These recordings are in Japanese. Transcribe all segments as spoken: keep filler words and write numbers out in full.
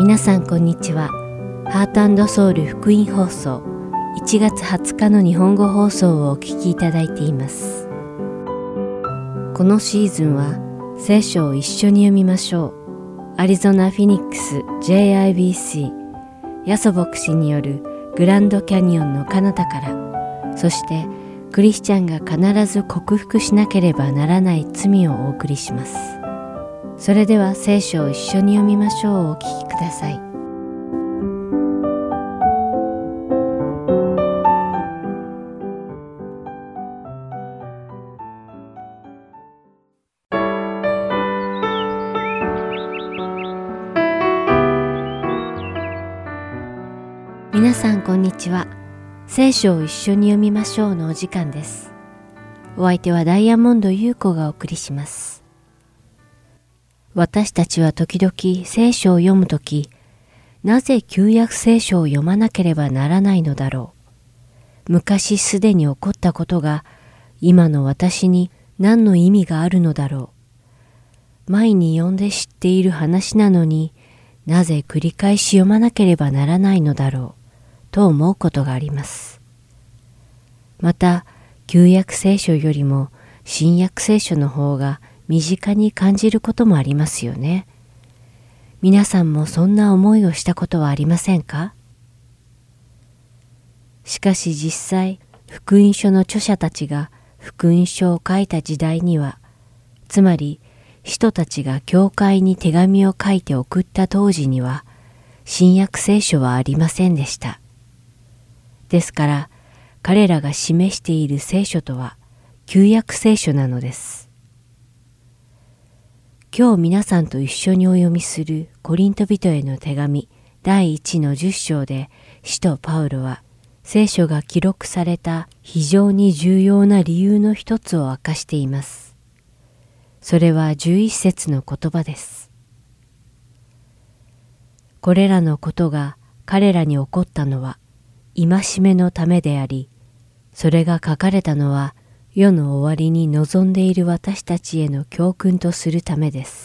皆さんこんにちは。ハート&ソウル福音放送いちがつはつかの日本語放送をお聞きいただいています。このシーズンは聖書を一緒に読みましょう。アリゾナ・フィニックス ジェイアイビーシー ヤソ牧師によるグランドキャニオンの彼方から、そしてクリスチャンが必ず克服しなければならない罪をお送りします。それでは聖書を一緒に読みましょう。お聞きください。皆さんこんにちは。聖書を一緒に読みましょうのお時間です。お相手はダイヤモンド優子がお送りします。私たちは時々聖書を読むとき、なぜ旧約聖書を読まなければならないのだろう。昔すでに起こったことが今の私に何の意味があるのだろう。前に読んで知っている話なのになぜ繰り返し読まなければならないのだろうと思うことがあります。また旧約聖書よりも新約聖書の方が身近に感じることもありますよね。皆さんもそんな思いをしたことはありませんか？しかし実際、福音書の著者たちが福音書を書いた時代には、つまり使徒たちが教会に手紙を書いて送った当時には、新約聖書はありませんでした。ですから、彼らが示している聖書とは旧約聖書なのです。今日皆さんと一緒にお読みするコリント人への手紙だいいちのじゅっ章で、使徒パウロは聖書が記録された非常に重要な理由の一つを明かしています。それはじゅういっ節の言葉です。これらのことが彼らに起こったのは戒めのためであり、それが書かれたのは世の終わりに望んでいる私たちへの教訓とするためです。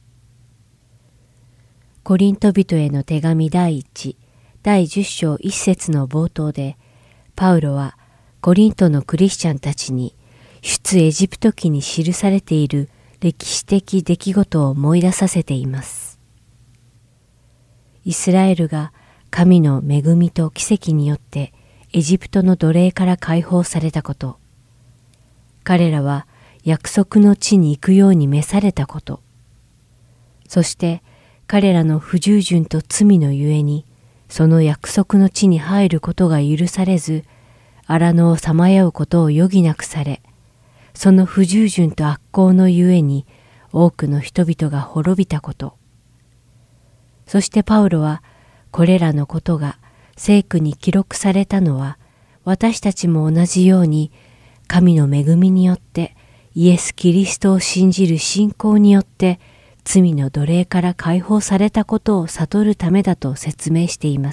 コリント人への手紙だいいち、だいじゅっ章いっ節の冒頭で、パウロはコリントのクリスチャンたちに出エジプト記に記されている歴史的出来事を思い出させています。イスラエルが神の恵みと奇跡によってエジプトの奴隷から解放されたこと、彼らは約束の地に行くように召されたこと、そして彼らの不従順と罪のゆえにその約束の地に入ることが許されず、荒野をさまようことを余儀なくされ、その不従順と悪行のゆえに多くの人々が滅びたこと、そしてパウロはこれらのことが聖句に記録されたのは、私たちも同じように神の恵みによってイエス・キリストを信じる信仰によって罪の奴隷から解放されたことを悟るためだと説明しています。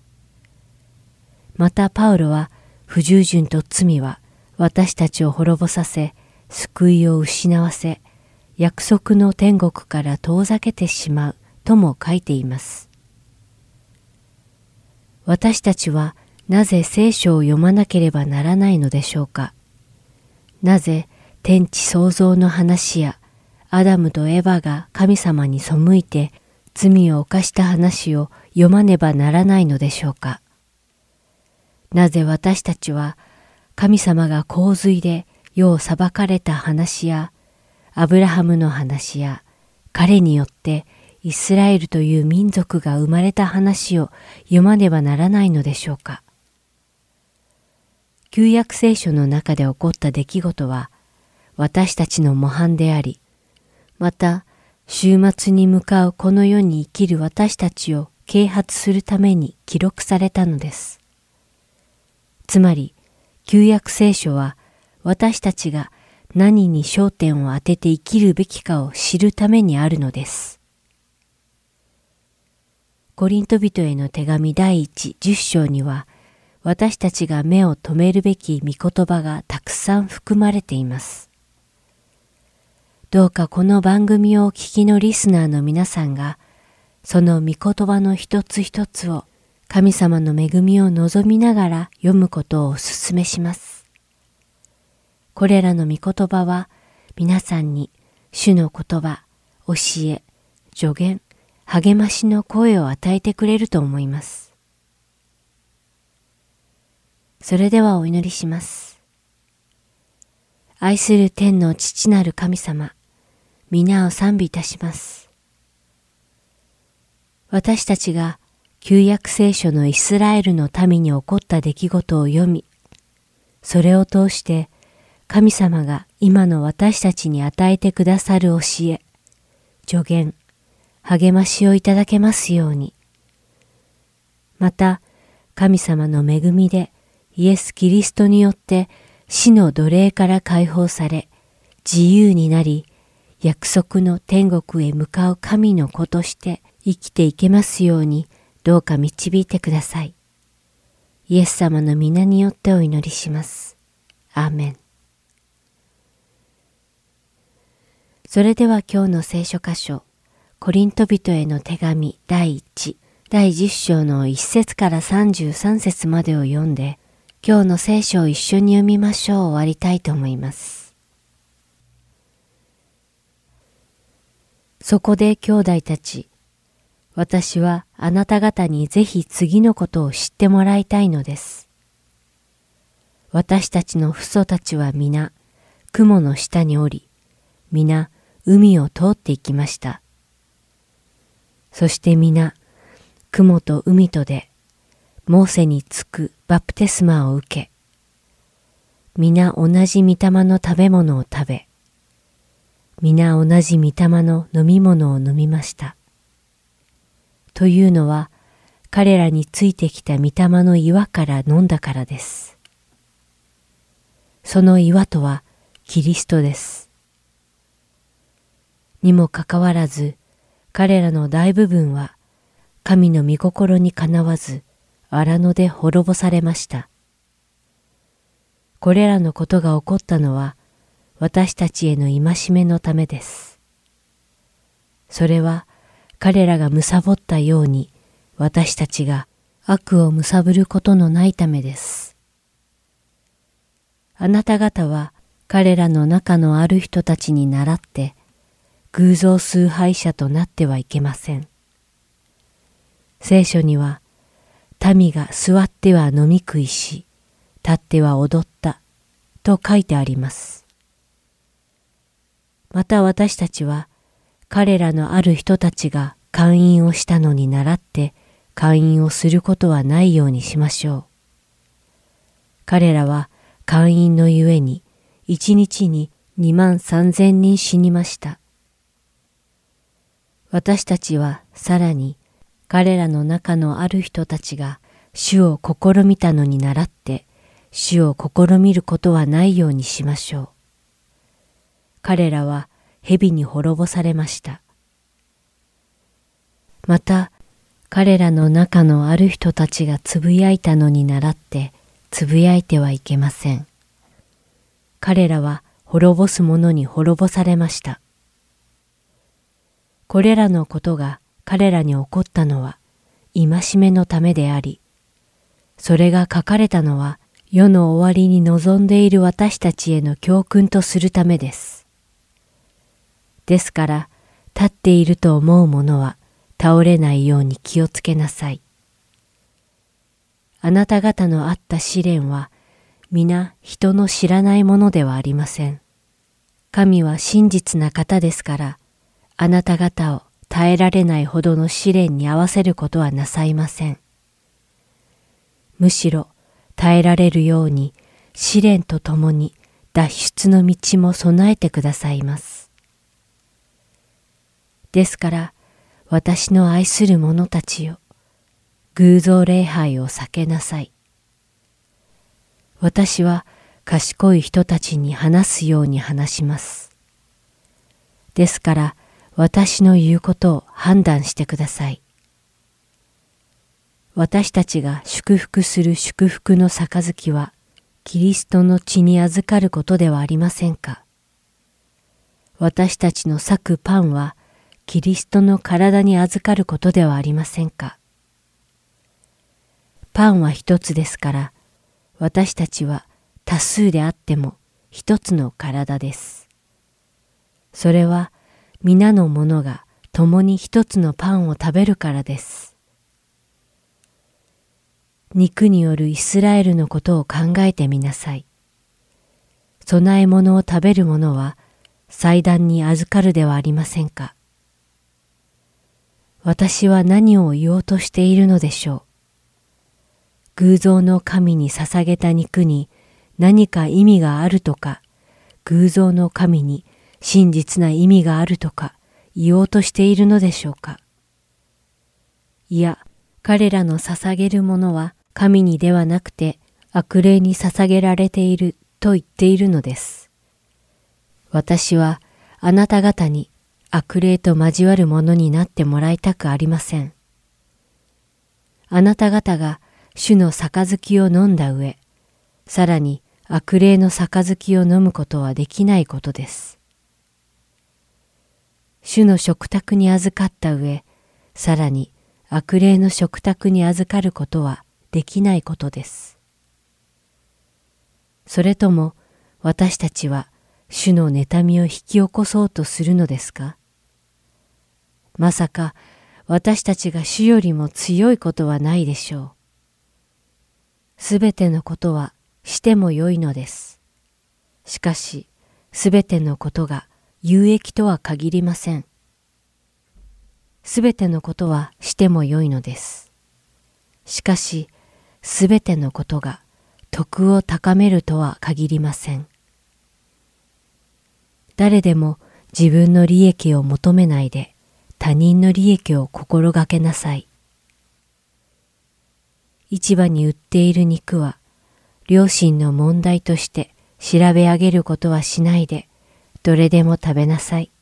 またパウロは不従順と罪は私たちを滅ぼさせ、救いを失わせ、約束の天国から遠ざけてしまうとも書いています。私たちはなぜ聖書を読まなければならないのでしょうか。なぜ天地創造の話やアダムとエバが神様に背いて罪を犯した話を読まねばならないのでしょうか。なぜ私たちは神様が洪水で世を裁かれた話やアブラハムの話や彼によってイスラエルという民族が生まれた話を読まねばならないのでしょうか。旧約聖書の中で起こった出来事は私たちの模範であり、また終末に向かうこの世に生きる私たちを啓発するために記録されたのです。つまり旧約聖書は私たちが何に焦点を当てて生きるべきかを知るためにあるのです。コリント人への手紙だいいち、じゅっ章には私たちが目を留めるべき御言葉がたくさん含まれています。どうかこの番組をお聞きのリスナーの皆さんがその御言葉の一つ一つを神様の恵みを望みながら読むことをお勧めします。これらの御言葉は皆さんに主の言葉、教え、助言、励ましの声を与えてくれると思います。それではお祈りします。愛する天の父なる神様、皆を賛美いたします。私たちが旧約聖書のイスラエルの民に起こった出来事を読み、それを通して神様が今の私たちに与えてくださる教え、助言、励ましをいただけますように。また、神様の恵みでイエス・キリストによって死の奴隷から解放され、自由になり、約束の天国へ向かう神の子として生きていけますように、どうか導いてください。イエス様の皆によってお祈りします。アーメン。それでは今日の聖書箇所、コリント人への手紙第一、第十章の一節から三十三節までを読んで、今日の聖書を一緒に読みましょう。終わりたいと思います。そこで兄弟たち、私はあなた方にぜひ次のことを知ってもらいたいのです。私たちの父祖たちは皆、雲の下におり、皆、海を通って行きました。そして皆、雲と海とで、モーセにつくバプテスマを受け、皆同じ御霊の食べ物を食べ、皆同じ御霊の飲み物を飲みました。というのは、彼らについてきた御霊の岩から飲んだからです。その岩とはキリストです。にもかかわらず、彼らの大部分は神の御心にかなわず、荒野で滅ぼされました。これらのことが起こったのは、私たちへの戒めのためです。それは、彼らが貪ったように、私たちが悪を貪ることのないためです。あなた方は、彼らの中のある人たちに倣って、偶像崇拝者となってはいけません。聖書には、民が座っては飲み食いし、立っては踊った、と書いてあります。また私たちは、彼らのある人たちが姦淫をしたのに倣って、姦淫をすることはないようにしましょう。彼らは姦淫のゆえに、一日に二万三千人死にました。私たちはさらに、彼らの中のある人たちが主を試みたのに倣って、主を試みることはないようにしましょう。彼らは蛇に滅ぼされました。また、彼らの中のある人たちがつぶやいたのに倣って、つぶやいてはいけません。彼らは滅ぼす者に滅ぼされました。これらのことが彼らに起こったのは、戒めのためであり、それが書かれたのは、世の終わりに望んでいる私たちへの教訓とするためです。ですから、立っていると思う者は、倒れないように気をつけなさい。あなた方のあった試練は、皆人の知らないものではありません。神は真実な方ですから、あなた方を耐えられないほどの試練に合わせることはなさいません。むしろ耐えられるように試練とともに脱出の道も備えてくださいます。ですから私の愛する者たちよ、偶像礼拝を避けなさい。私は賢い人たちに話すように話します。ですから私の言うことを判断してください。私たちが祝福する祝福の杯は、キリストの血に預かることではありませんか。私たちの裂くパンは、 キリストの体に預かることではありませんか。パンは一つですから、私たちは多数であっても一つの体です。それは皆の者が共に一つのパンを食べるからです。肉によるイスラエルのことを考えてみなさい。供え物を食べる者は祭壇に預かるではありませんか。私は何を言おうとしているのでしょう。偶像の神に捧げた肉に何か意味があるとか、偶像の神に真実な意味があるとか言おうとしているのでしょうか。いや、彼らの捧げるものは神にではなくて悪霊に捧げられていると言っているのです。私はあなた方に悪霊と交わるものになってもらいたくありません。あなた方が主の杯を飲んだ上、さらに悪霊の杯を飲むことはできないことです。主の食卓に預かった上、さらに悪霊の食卓に預かることはできないことです。それとも私たちは主の妬みを引き起こそうとするのですか。まさか私たちが主よりも強いことはないでしょう。すべてのことはしてもよいのです。しかし、すべてのことが有益とは限りません。すべてのことはしてもよいのです。しかし、すべてのことが徳を高めるとは限りません。誰でも自分の利益を求めないで他人の利益を心がけなさい。市場に売っている肉は良心の問題として調べ上げることはしないでどれでも食べなさい。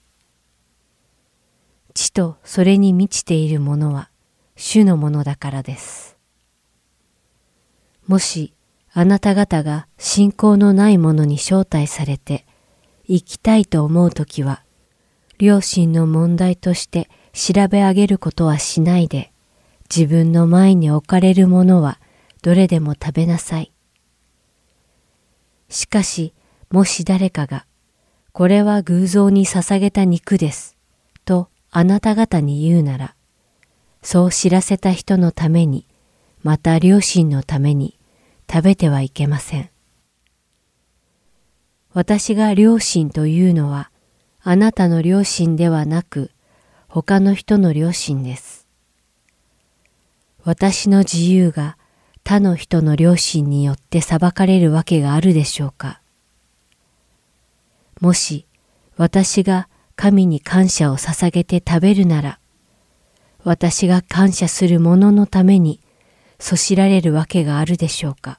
地とそれに満ちているものは主のものだからです。もしあなた方が信仰のないものに招待されて生きたいと思うときは、良心の問題として調べ上げることはしないで、自分の前に置かれるものはどれでも食べなさい。しかし、もし誰かが、これは偶像に捧げた肉です、とあなた方に言うなら、そう知らせた人のために、また良心のために食べてはいけません。私が良心というのは、あなたの良心ではなく、他の人の良心です。私の自由が他の人の良心によって裁かれるわけがあるでしょうか。もし私が神に感謝を捧げて食べるなら、私が感謝する者のためにそしられるわけがあるでしょうか。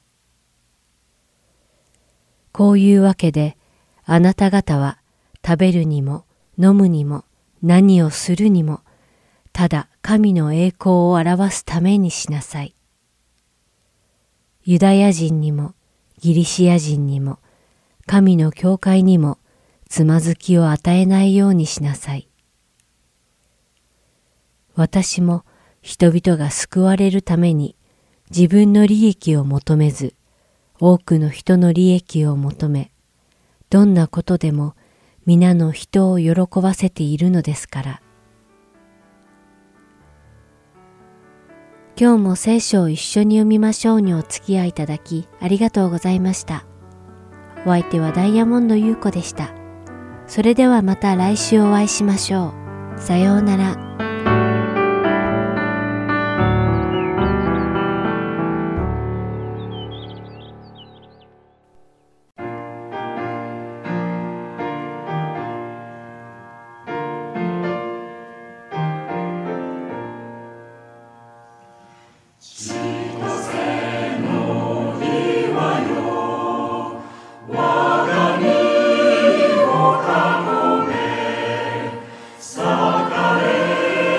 こういうわけで、あなた方は食べるにも飲むにも何をするにも、ただ神の栄光を表すためにしなさい。ユダヤ人にもギリシア人にも神の教会にもつまずきを与えないようにしなさい。私も人々が救われるために自分の利益を求めず、多くの人の利益を求め、どんなことでも皆の人を喜ばせているのですから。今日も聖書を一緒に読みましょうにお付き合いいただきありがとうございました。お相手はダイヤモンド優子でした。それではまた来週お会いしましょう。さようなら。 Sakale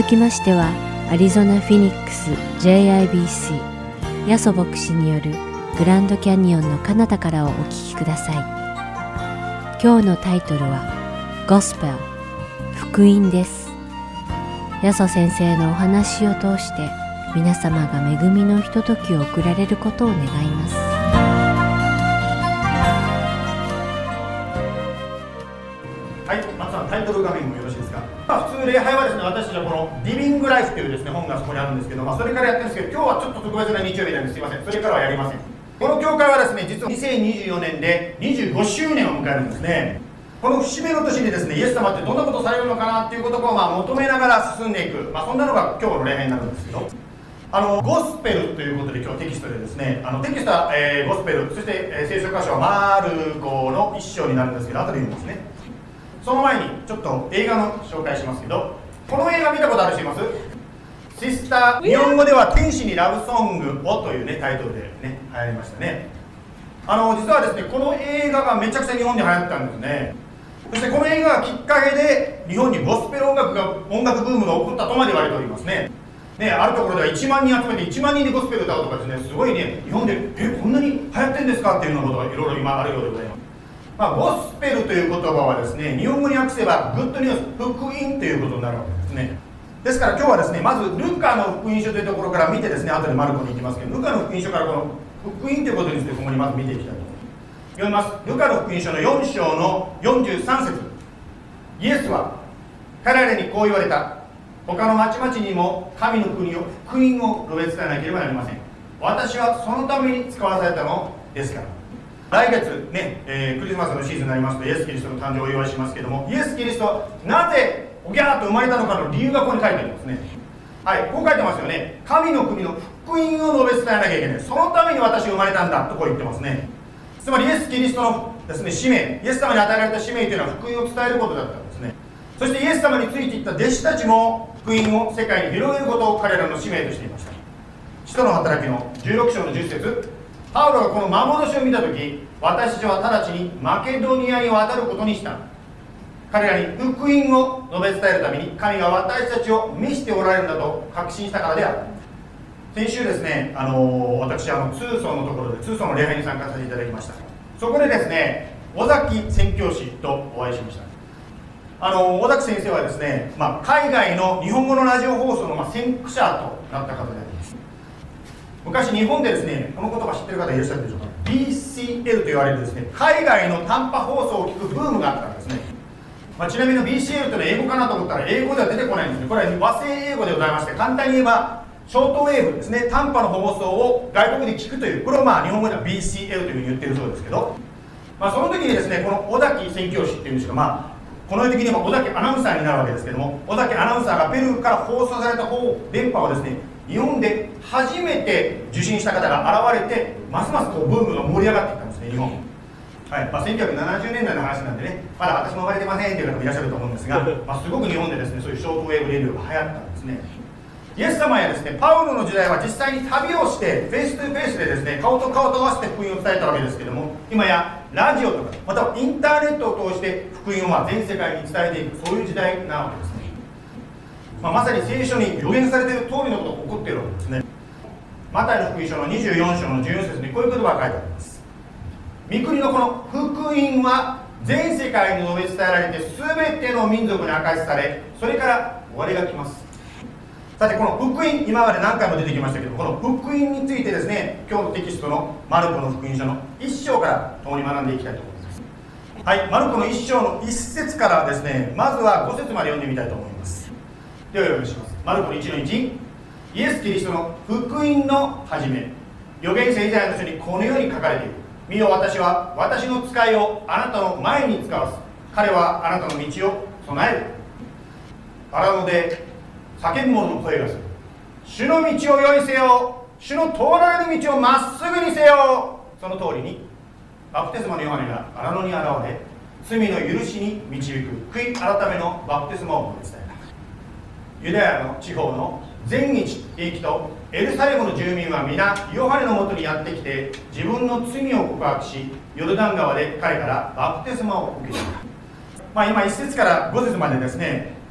きましては、アリゾナ・フィニックス ジェイアイビーシー ヤソ牧師によるグランドキャニオンの彼方からをお聞きください。今日のタイトルはゴスペル、福音です。ヤソ先生のお話を通して皆様が恵みのひとときを送られることを願います。 はい、松さん、タイトル画面もよろしいですか。まあ、普通礼拝はですね、私たちはこのリビングライフというですね本がそこにあるんですけど、まあ、それからやってるんですけど、今日はちょっと特別な日曜日なんです。すいません、それからはやりません。この教会はですね、実はにせんにじゅうよねんでにじゅうごしゅうねんを迎えるんですね。この節目の年にですね、イエス様ってどんなことをされるのかなっていうことをまあ求めながら進んでいく、まあ、そんなのが今日の礼拝になるんですけど、あのゴスペルということで今日テキストでですね、あのテキストは、えー、ゴスペル、そして、えー、聖書箇所はマルコの一章になるんですけど、後で言うんですね。その前にちょっと映画の紹介しますけど、この映画見たことある人います？シスター、日本語では天使にラブソングをという、ね、タイトルで、ね、流行りましたね。あの実はですね、この映画がめちゃくちゃ日本で流行ったんですね。そしてこの映画がきっかけで日本にゴスペル音楽が音楽ブームが起こったとまで言われておりますね。ね、あるところではいちまんにん集めていちまんにんでゴスペル歌うとかですね、すごいね、日本でえこんなに流行ってんですかっていうようなことがいろいろ今あるようでございます。まあ、ゴスペルという言葉はですね、日本語に訳せばグッドニュース、福音ということになるわけですね。ですから今日はですね、まずルカの福音書というところから見てですね、後でマルコに行きますけど、ルカの福音書からこの福音ということについてここにまず見ていきたいと思います。読みます。ルカの福音書のよん章のよんじゅうさん節。イエスは彼らにこう言われた。他の町々にも神の国を福音を述べ伝えなければなりません。私はそのために使わされたのですから。来月ね、えー、クリスマスのシーズンになりますとイエス・キリストの誕生をお祝いしますけども、イエス・キリストはなぜおぎゃーっと生まれたのかの理由がここに書いてありますね。はい、こう書いてますよね。神の国の福音を述べ伝えなきゃいけない。そのために私が生まれたんだとこう言ってますね。つまりイエス・キリストのですね、使命、イエス様に与えられた使命というのは福音を伝えることだったんですね。そしてイエス様についていった弟子たちも福音を世界に広げることを彼らの使命としていました。使徒の働きのじゅうろく章のじゅっ節、パウロがこの幻を見たとき、私たちは直ちにマケドニアに渡ることにした。彼らに福音を述べ伝えるために神が私たちを召しておられるんだと確信したからである。先週ですね、あのー、私あの通奏のところで通奏の礼拝に参加させていただきました。そこでですね、尾崎宣教師とお会いしました。あのー、尾崎先生はですね、まあ、海外の日本語のラジオ放送の、まあ、先駆者となった方であります。昔日本でですね、この言葉知ってる方いらっしゃるでしょうか。 ビーシーエル と言われるですね、海外の短波放送を聞くブームがあったんですね。まあ、ちなみに ビーシーエル というのは英語かなと思ったら英語では出てこないんですね。これは和製英語でございまして、簡単に言えばショートウェーブですね、短波の放送を外国で聞くという、これをまあ日本語では ビーシーエル というふうに言っているそうですけど、まあ、その時にですね、この尾崎宣教師っていうんですが、まあこの時には尾崎アナウンサーになるわけですけども、尾崎アナウンサーがペルーから放送された電波をですね、日本で初めて受信した方が現れて、ますますこうブームが盛り上がっていったんですね、日本。はい、まあ、せんきゅうひゃくななじゅうねんだいの話なんでね、まだ私も生まれてませんっていう方もいらっしゃると思うんですが、まあ、すごく日本でですね、そういうショートウェーブレディオが流行ったんですね。イエス様やですね、パウロの時代は実際に旅をしてフェイストゥフェイスでですね、顔と顔と合わせて福音を伝えたわけですけども、今やラジオとかまたはインターネットを通して福音をまあ全世界に伝えていく、そういう時代なわけですね。まあ、まさに聖書に予言されている通りのことが起こっているわけですね。マタイの福音書のにじゅうよん章のじゅうよん節にこういう言葉が書いてあります。御国のこの福音は全世界に述べ伝えられて全ての民族に明かしされ、それから終わりが来ます。さてこの福音、今まで何回も出てきましたけど、この福音についてですね、今日のテキストのマルコの福音書のいっ章から共に学んでいきたいと思います。はい、マルコのいっ章のいっ節からですね、まずはご節まで読んでみたいと思います。ではお読みします。マルコのいちのいち、イエス・キリストの福音の始め、預言者イザヤの書にこのように書かれている。見よ、私は私の使いをあなたの前に使わす。彼はあなたの道を備える。荒野で叫ぶ者の声がする。主の道を用意せよ。主の通られる道をまっすぐにせよ。その通りにバプテスマのヨハネが荒野に現れ、罪の許しに導く悔い改めのバプテスマを述べ伝えた。ユダヤの地方の全地域とエルサレムの住民は皆ヨハネのもとにやってきて、自分の罪を告白し、ヨルダン川で彼からバプテスマを受けた。まあ、今いっ節からご節までですね、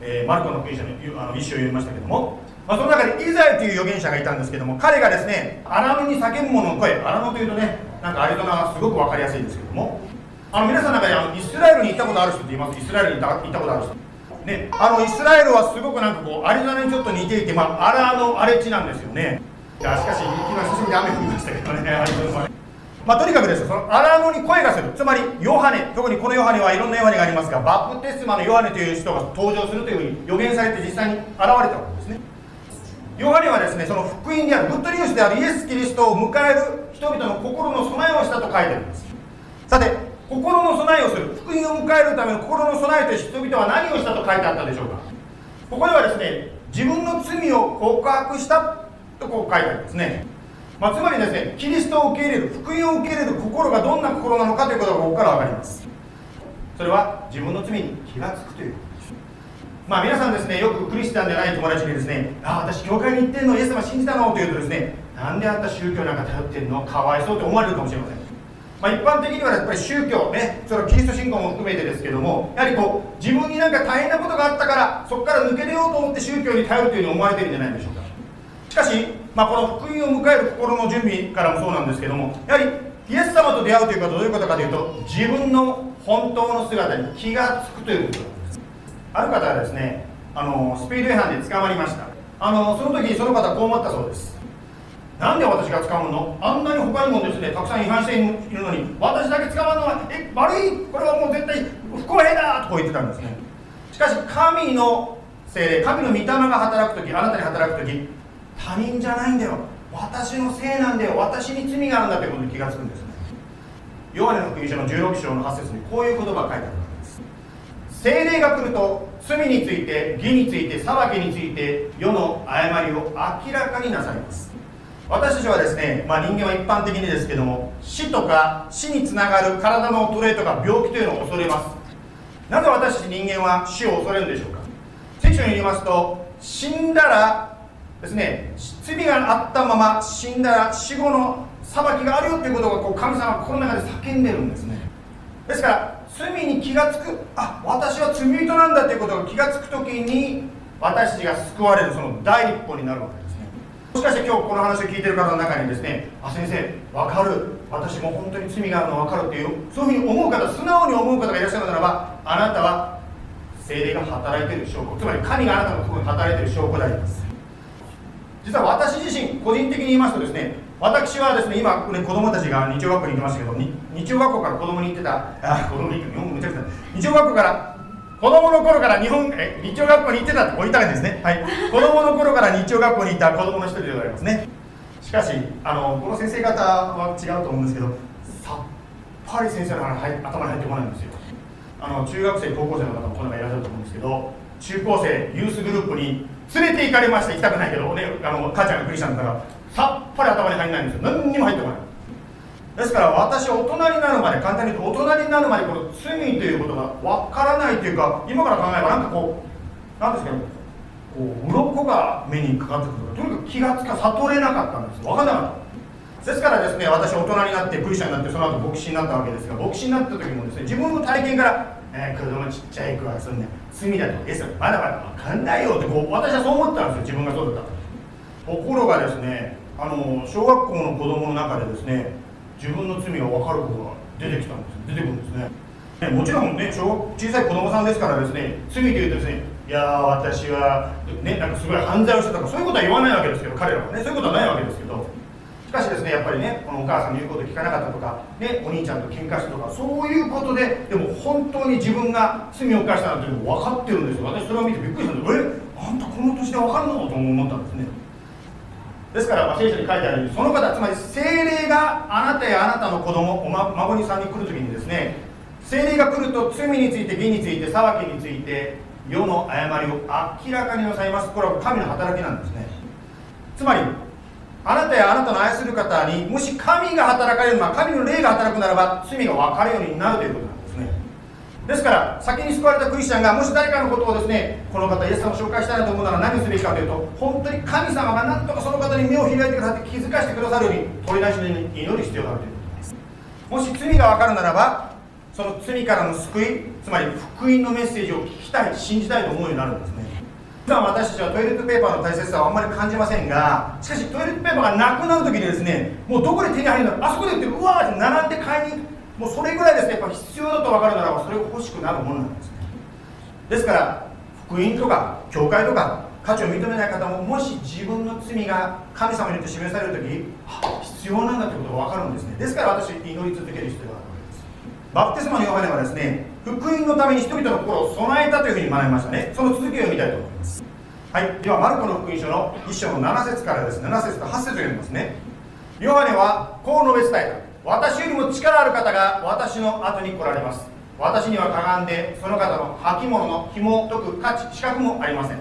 えー、マルコの福音書のあの一章を読みましたけども、まあ、その中でイザヤという預言者がいたんですけども、彼がですね、荒野に叫ぶ者の声、荒野というとね、なんかアリゾナはすごく分かりやすいんですけども、あの皆さんの中であのイスラエルに行ったことある人って言います？イスラエルに行った行ったことある人ね、あのイスラエルはすごくなんかこうアリゾナにちょっと似ていて、まあ、荒野荒れ地なんですよね。いやしかし昨日久しぶりに雨降りましたけどね、アリゾナはね。まあ、とにかくですね、その荒野に声がする、つまりヨハネ、特にこのヨハネはいろんなヨハネがありますが、バプテスマのヨハネという人が登場するというふうに予言されて実際に現れたわけですね。ヨハネはですね、その福音であるグッドニュースであるイエス・キリストを迎える人々の心の備えをしたと書いてあります。さて、心の備えをする、福音を迎えるための心の備えとして人々は何をしたと書いてあったでしょうか。ここではですね、自分の罪を告白したとこう書いてありますね。まあ、つまりですね、キリストを受け入れる、福音を受け入れる心がどんな心なのかということがここから分かります。それは自分の罪に気がつくということです。まあ皆さんですね、よくクリスチャンでない友達にですね、ああ、私教会に行ってんの、イエス様信じたのというとですね、なんであんた宗教なんか頼ってんの、かわいそうと思われるかもしれません。まあ、一般的にはやっぱり宗教ね、それはキリスト信仰も含めてですけども、やはりこう自分になんか大変なことがあったからそこから抜け出ようと思って宗教に頼るというふうに思われているんじゃないでしょうか。しかし、まあ、この福音を迎える心の準備からもそうなんですけども、やはりイエス様と出会うということはどういうことかというと、自分の本当の姿に気がつくということなんです。ある方がですね、あのスピード違反で捕まりました。あのその時その方はこう思ったそうです。なんで私が捕まるの？あんなに他にもですね、たくさん違反しているのに私だけ捕まるのはえ悪い、これはもう絶対不公平だとこう言ってたんですね。しかし神の聖霊、神の御霊が働くとき、あなたに働くとき、他人じゃないんだよ、私のせいなんだよ、私に罪があるんだということに気がつくんですね。ヨハネの福音書のじゅうろく章のはち節にこういう言葉が書いてあるわけです。聖霊が来ると罪について、義について、裁きについて、世の誤りを明らかになさいます。私たちはですね、まあ、人間は一般的にですけども、死とか死につながる体の衰えとか病気というのを恐れます。なぜ私たち人間は死を恐れるんでしょうか。聖書に言いますと、死んだらですね、罪があったまま死んだら死後の裁きがあるよということがこう神様が心の中で叫んでるんですね。ですから罪に気がつく、あ、私は罪人なんだということが気がつくときに私たちが救われるその第一歩になるわけですね。もしかして今日この話を聞いている方の中にですね、あ、先生分かる、私も本当に罪があるの分かるっていう、そういうふうに思う方、素直に思う方がいらっしゃるならば、あなたは聖霊が働いている証拠、つまり神があなたのところに働いている証拠であります。実は私自身個人的に言いますとですね、私はですね、今、ね、子供たちが日曜学校に行きましたけど、日曜学校から子供に行ってた、あ、子供に行って日本語むちゃくちゃ、日曜学校から子供の頃から日本え日曜学校に行ってたって言いたいんですね。はい、子供の頃から日曜学校に行った子供の一人でございますね。しかしあのこの先生方は違うと思うんですけど、さっぱり先生の話頭に入ってこないんですよ。あの中学生高校生の方もこの中いらっしゃると思うんですけど、中高生ユースグループに連れて行かれました。行きたくないけど、ね、あの母ちゃんがクリスチャンだからさっぱり頭に入らないんですよ。何にも入ってこない。ですから私は大人になるまで、簡単に言うと大人になるまでこの罪ということが分からないというか、今から考えればなんかこうなんですかね、こう鱗が目にかかってくるとか、とにかく気がつか悟れなかったんです。分からなかった。ですからですね、私は大人になってクリスチャンになってその後牧師になったわけですが、牧師になった時もですね、自分の体験から、えー、子供ちっちゃい子はそんな罪だと、えそまだまだ分かんないよってこう私はそう思ったんですよ、自分がそうだった。ところがですね、あの小学校の子供の中でですね、自分の罪が分かることが出てきたんです、出てくるんですね。ね、もちろんね、小小さい子供さんですからですね、罪というとですね、いやー私はね、なんかすごい犯罪をしたとかそういうことは言わないわけですけど、彼らはね、そういうことはないわけですけど、しかしですね、やっぱりね、このお母さんの言うことを聞かなかったとか、ね、お兄ちゃんと喧嘩したとか、そういうことで、でも本当に自分が罪を犯したなんていうのを分かってるんですよ。私それを見てびっくりしたんです。え、あんたこの年で分かるのと思ったんですね。ですから、まあ、聖書に書いてあるように、その方、つまり聖霊があなたやあなたの子供、お、ま、孫にさんに来るときにですね、聖霊が来ると罪について、義について、裁きについて、世の誤りを明らかになさいます。これは神の働きなんですね。つまりあなたやあなたの愛する方にもし神が働かれるのは、神の霊が働くならば罪が分かるようになるということなんですね。ですから先に救われたクリスチャンがもし誰かのことをですね、この方イエス様を紹介したいなと思うなら何をすべきかというと、本当に神様が何とかその方に目を開いてくださって気づかせてくださるように取り出しに祈る必要があるということです。もし罪が分かるならば、 その罪からの救い、つまり福音のメッセージを聞きたい、信じたいと思うようになるんですね。普段私たちはトイレットペーパーの大切さはあんまり感じませんが、しかしトイレットペーパーがなくなるときにですね、もうどこで手に入るんだろう、あそこで売ってる、うわーって並んで買いに行く、もうそれぐらいですね、やっぱ必要だと分かるならばそれを欲しくなるものなんですね。ですから福音とか教会とか価値を認めない方も、もし自分の罪が神様によって示されるとき、必要なんだということが分かるんですね。ですから私祈り続ける必要があるわけです。バプテスマのヨハネはですね、福音のために人々の心を備えたというふうに学びましたね。その続きを読みたいと思います。はい、ではマルコの福音書のいっ章のなな節からですね、なな節とはち節を読みますね。ヨハネはこう述べ伝えた。私よりも力ある方が私の後に来られます。私にはかがんでその方の履物の紐を解く価値資格もありません。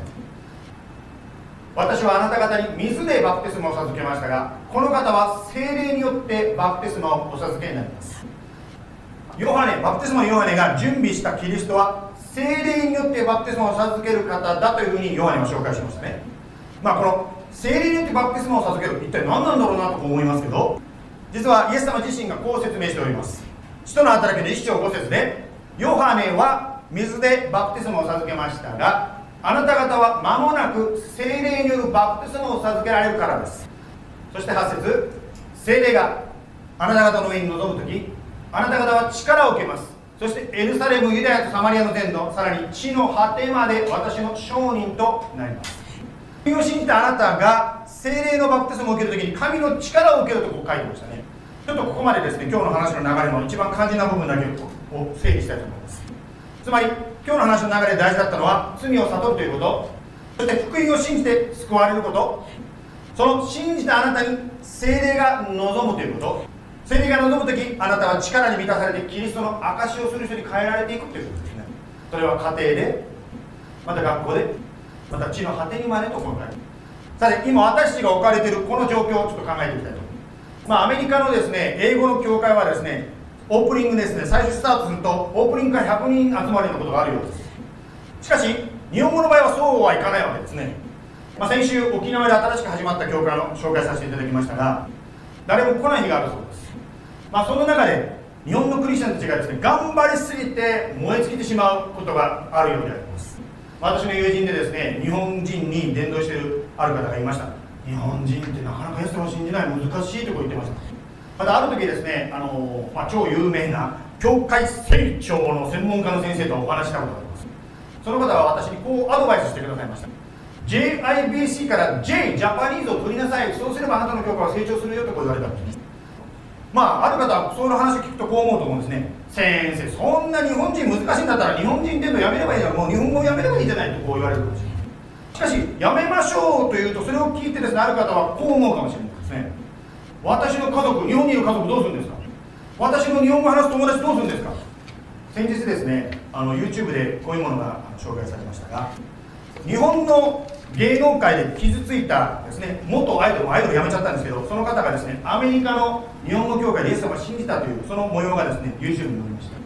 私はあなた方に水でバプテスマを授けましたが、この方は聖霊によってバプテスマをお授けになります。ヨハネ、バプテスマのヨハネが準備したキリストは聖霊によってバプテスマを授ける方だというふうにヨハネは紹介しましたね。まあこの聖霊によってバプテスマを授ける、一体何なんだろうなと思いますけど、実はイエス様自身がこう説明しております。使徒の働きのいっ章ご節で、ヨハネは水でバプテスマを授けましたが、あなた方は間もなく聖霊によるバプテスマを授けられるからです。そしてはち節、聖霊があなた方の上に臨むとき、あなた方は力を受けます。そしてエルサレム、ユダヤとサマリアの全土、さらに地の果てまで私の証人となります。福音を信じたあなたが聖霊のバプテスマを受けるときに神の力を受けるとこう書いてましたね。ちょっとここまでですね、今日の話の流れの一番肝心な部分だけを整理したいと思います。つまり今日の話の流れで大事だったのは、罪を悟るということ、そして福音を信じて救われること、その信じたあなたに聖霊が望むということ、聖霊が望むとき、あなたは力に満たされてキリストの証しをする人に変えられていくということですね。それは家庭で、また学校で、また地の果てにまでとこの書いて、さて今私たちが置かれているこの状況をちょっと考えていきたいと思います。まあアメリカのですね、英語の教会はですね、オープニングですね、最初スタートするとオープニングからひゃくにん集まるようなことがあるようです。しかし日本語の場合はそうはいかないわけですね。まあ、先週沖縄で新しく始まった教会の紹介させていただきましたが、誰も来ない日があるそうです。まあその中で日本のクリスチャンたちがですね、頑張りすぎて燃え尽きてしまうことがあるようであります。私の友人でですね、日本人に伝道しているある方がいました。日本人ってなかなかイエス様を信じない、難しいとこ言ってました。またある時ですね、あのまあ、超有名な教会成長の専門家の先生とお話したことがあります。その方は私にこうアドバイスしてくださいました。 ジェイアイビーシー から J ジャパニーズを取りなさい、そうすればあなたの教会は成長するよとこう言われたんですね。まあある方はそういう話を聞くとこう思うと思うんですね。先生、そんな日本人難しいんだったら日本人伝道やめればいいじゃん、もう日本語をやめればいいじゃないとこう言われるかもしれない。しかしやめましょうというと、それを聞いてですね、ある方はこう思うかもしれないですね。私の家族、日本にいる家族どうするんですか、私の日本語を話す友達どうするんですか。先日ですね、あの YouTube でこういうものが紹介されましたが、日本の芸能界で傷ついたですね、元アイドルもアイドル辞めちゃったんですけど、その方がですね、アメリカの日本語教会でイエス様を信じたというその模様がですね、YouTube に載りました。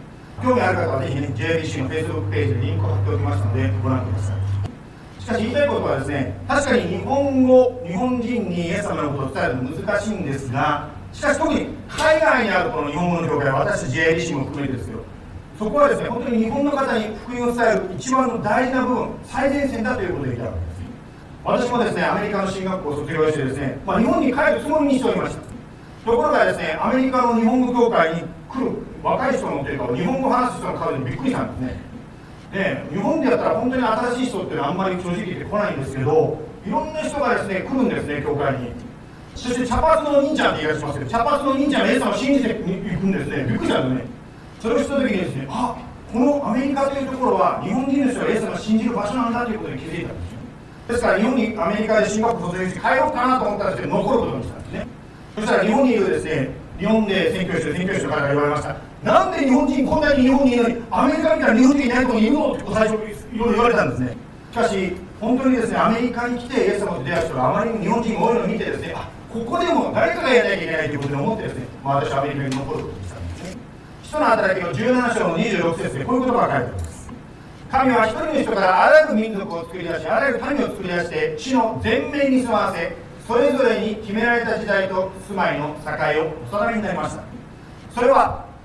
興味ある方はぜひね、ジェイビーシー の Facebook ページでリンクを貼っておきますのでご覧ください。しかし言いたいことはですね、確かに日本語、日本人にイエス様のことを伝えるの難しいんですが、しかし特に海外にあるこの日本語の教会は、私たち ジェイビーシー も含めてですけど、そこはですね、本当に日本の方に福音を伝える一番の大事な部分、最前線だということで言ったわけです。私もですね、アメリカの進学校を卒業してですね、まあ、日本に帰るつもりにしておりました。ところがですね、アメリカの日本語教会に来る若い人のというか、日本語を話す人の数にびっくりしたんですね。で、日本でやったら本当に新しい人っていうのはあんまり正直言って来ないんですけど、いろんな人がですね、来るんですね、教会に。そして茶髪の忍者って言い方しますけど、茶髪の忍者がイエス様を信じていくんですね。びっくりしたんですね。それを知った時にですね、あ、このアメリカというところは日本人の人がイエス様を信じる場所なんだということに気づいたんですよ。ですから日本にアメリカで進学校卒業して帰ろうかなと思ったんですけど、残ることにしたんですね。そしたら日本にいるですね、日本で宣教師宣教師の方が言われました。なんで日本人こんなに日本にいるのにアメリカみたいな日本人いないところにいるのって最初いろいろ言われたんですね。しかし本当にですね、アメリカに来てイエス様と出会う人があまりに日本人が多いのを見てですね、あ、ここでも誰かがやらなきゃいけないということで思ってですね、まあ、私はアメリカに残ることにしたんですね。使徒の働きのじゅうなな章のにじゅうろく節でこういう言葉が書いてあります。神は一人の人からあらゆる民族を作り出し、あらゆる民を作り出して地の全面に住まわせ、それぞれに決められた時代と住まいの境をお定めになりました。それは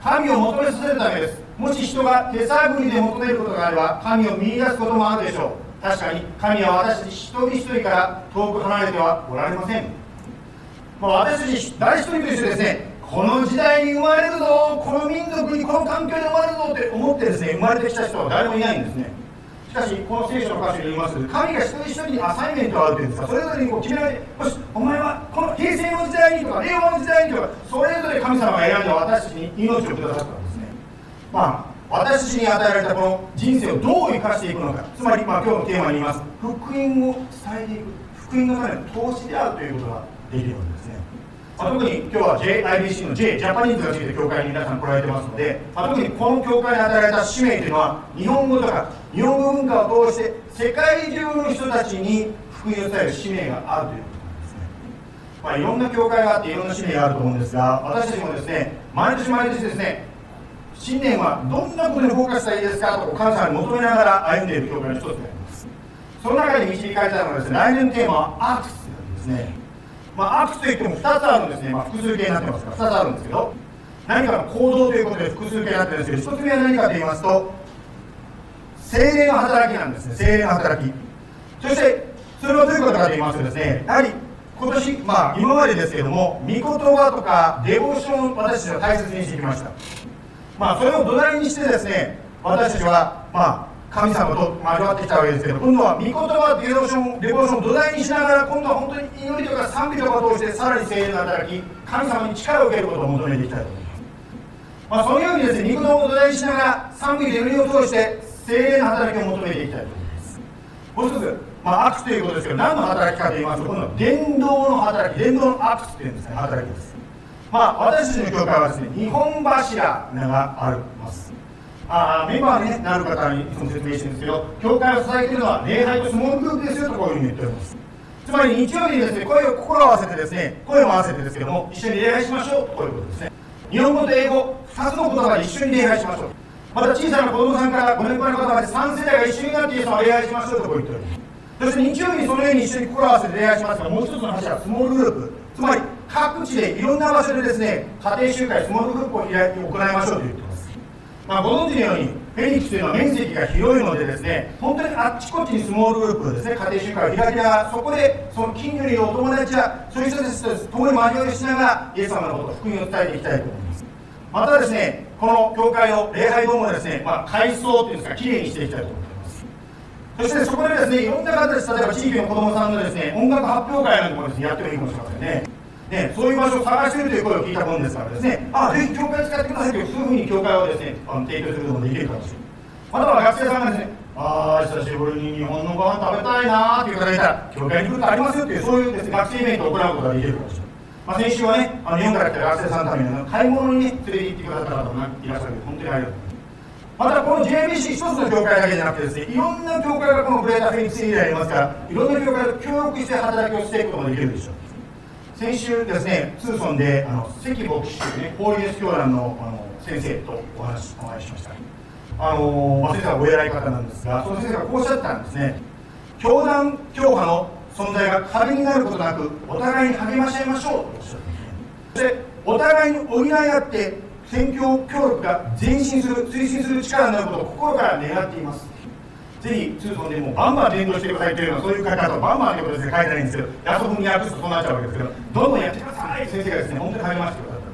神を求めさせるためです。もし人が手探りで求めることがあれば、神を見出すこともあるでしょう。確かに神は私たち一人一人から遠く離れてはおられません。まあ、私たち誰一人としてですね、この時代に生まれるぞ、この民族にこの環境で生まれるぞって思ってですね、生まれてきた人は誰もいないんですね。しかしこの聖書の箇所に言います、神が一人一人にアサイメントがあるというんですか、それぞれにこう決められて、よしお前はこの平成の時代にとか令和の時代にとか、それぞれ神様が選んで私たちに命をくださったんですね。まあ私たちに与えられたこの人生をどう生かしていくのか、つまり、まあ、今日のテーマに言います福音を伝えていく、福音のための投資であるということができるわけですね。まあ、特に今日は ジェイアイビーシー の J ジャパニーズがついて教会に皆さん来られてますので、まあ、特にこの教会に与えられた使命というのは、日本語とか日本語文化を通して世界中の人たちに福音を伝える使命があるということなんですね。まあ、いろんな教会があっていろんな使命があると思うんですが、私たちもですね、毎年毎年ですね、新年はどんなことにフォーカスしたらいいですかと神様に求めながら歩んでいる教会の一つであります。その中で導かれたのがですね、来年のテーマはアクスなんですね。まあ、アクスといってもふたつあるんですね。まあ、複数形になってますからふたつあるんですけど、何かの行動ということで複数形になってるんですけど、ひとつめは何かと言いますと、聖霊の働きなんですね。聖霊の働き。そしてそれはどういうことかと言いますとですね、やはり今年、まあ今までですけども、御言葉とかデボーションを私たちは大切にしてきました。まあ、それを土台にしてですね、私たちは、まあ、神様と交わってきたわけですけど、今度は御言葉、デボーション、デボーションを土台にしながら、今度は本当に祈りとか賛美とかを通して、さらに聖霊の働き、神様に力を受けることを求めていきたいと思います。まあ、そのようにですね、御言葉を土台にしながら、賛美と祈りを通して、聖霊の働きを求めていきたいと思います。もう一つ、まあ、アクスということですけど、何の働きかと言いますと、今度は伝道の働き、伝道のアクスというんですね、働きです。まあ、私たちの教会はですね、日本柱があります。あメンバーに、ね、なる方にいつも説明してるんですけど、教会を支えているのは礼拝とスモールグループですよとこういうふうに言っております。つまり日曜日にですね、声を心を合わせてですね、声を合わせてですけども、一緒に礼拝しましょうとこういうことですね。日本語と英語ふたつの言葉で一緒に礼拝しましょう。また小さな子供さんからご年配の方までさん世代が一緒になってイエス様を礼拝しましょうとこう言っております。そして日曜日にそのように一緒に心を合わせて礼拝しますが、もう一つの柱はスモールグループ、つまり各地でいろんな場所でですね、家庭集会、スモールグループを開いて行いましょうと言っています。まあ、ご存知のようにフェニックスというのは面積が広いのでですね、本当にあっちこっちにスモールグループですね、家庭集会を開きながら、そこでその近所にいるお友達やそういう人たちと共に交わりしながらイエス様のこと、福音を伝えていきたいと思います。またですね、この教会の礼拝後もですね、まあ、改装というんですか、きれいにしていきたいと思います。そしてそこでですね、いろんな方です、例えば地域の子どもさんのですね、音楽発表会なんかもですね、やってもいいかもしれませんね。ね、そういう場所を探しているという声を聞いたもんですからですね、ああ、ぜひ教会を使ってくださいという、そういうふうに教会をですね、あの提供することもできるかもしれない。または学生さんがですね、ああ、久しぶりに日本のご飯食べたいなーという方がいたら、教会に来るとありますよという、そういうですね、学生イベントを行うことができるかもしれない。まあ、先週はね、あの日本から来た学生さんのために買い物に、ね、連れて行ってくださった方もいらっしゃるので、本当にありがとうございます。またこの ジェイビーシー 一つの教会だけじゃなくてですね、いろんな教会がこのグレーターフェニックスエリアにありますから、いろんな教会と協力して働きをしていくこともできるでしょう。先週ですね、ツーソンであの関牧師というね、ホーリネス教団のあの先生とお話お会いしました。あのまあ、先生はお偉い方なんですが、その先生がこうおっしゃったんですね。教団教派の存在が壁になることなく、お互いに励まし合いましょうとおっしゃったんですね。そしてお互いに補い合って宣教協力が前進する、推進する力になることを心から願っています。ぜひツーソンでもバンバン伝道してくださいというような、そういう書き方をバンバンということですね、書いてないんですけど、約束に訳すとそうなっちゃうわけですけど、どんどんやってください先生がですね、本当に励ましてくださった。